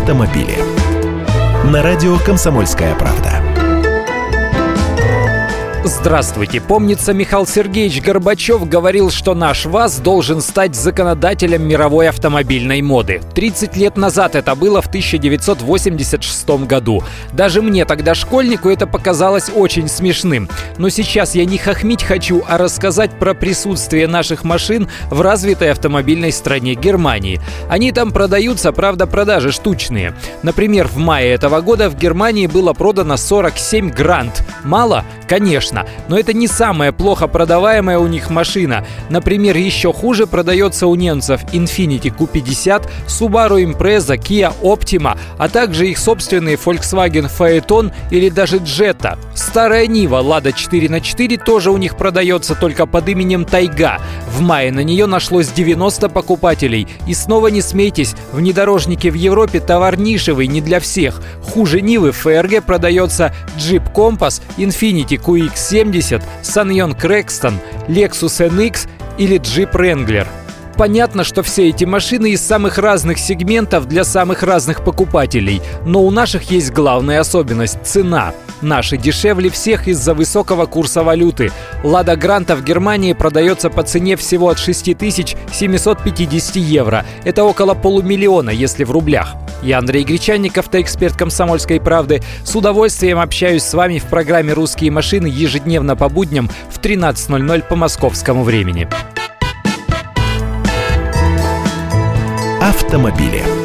автомобили. На радио «Комсомольская правда». Здравствуйте. Помнится, Михаил Сергеевич Горбачев говорил, что наш ВАЗ должен стать законодателем мировой автомобильной моды. 30 лет назад это было, в 1986 году. Даже мне, тогда школьнику, это показалось очень смешным. Но сейчас я не хохмить хочу, а рассказать про присутствие наших машин в развитой автомобильной стране Германии. Они там продаются, правда, продажи штучные. Например, в мае этого года в Германии было продано 47 Грант. Мало? Конечно. Но это не самая плохо продаваемая у них машина. Например, еще хуже продается у немцев Infiniti Q50, Subaru Impreza, Kia Optima, а также их собственные Volkswagen Phaeton или даже Jetta. Старая Нива Lada 4х4 тоже у них продается, только под именем Тайга. В мае на нее нашлось 90 покупателей. И снова не смейтесь, внедорожники в Европе товар нишевый, не для всех. Хуже Нивы в ФРГ продается Jeep Compass, Infiniti QX70, Ssangyong Crexton, Lexus NX или Jeep Wrangler. Понятно, что все эти машины из самых разных сегментов для самых разных покупателей, но у наших есть главная особенность – цена. Наши дешевле всех из-за высокого курса валюты. Lada Granta в Германии продается по цене всего от 6750 евро. Это около полумиллиона, если в рублях. Я Андрей Гречанник, автоэксперт «Комсомольской правды». С удовольствием общаюсь с вами в программе «Русские машины» ежедневно по будням в 13:00 по московскому времени. Автомобили.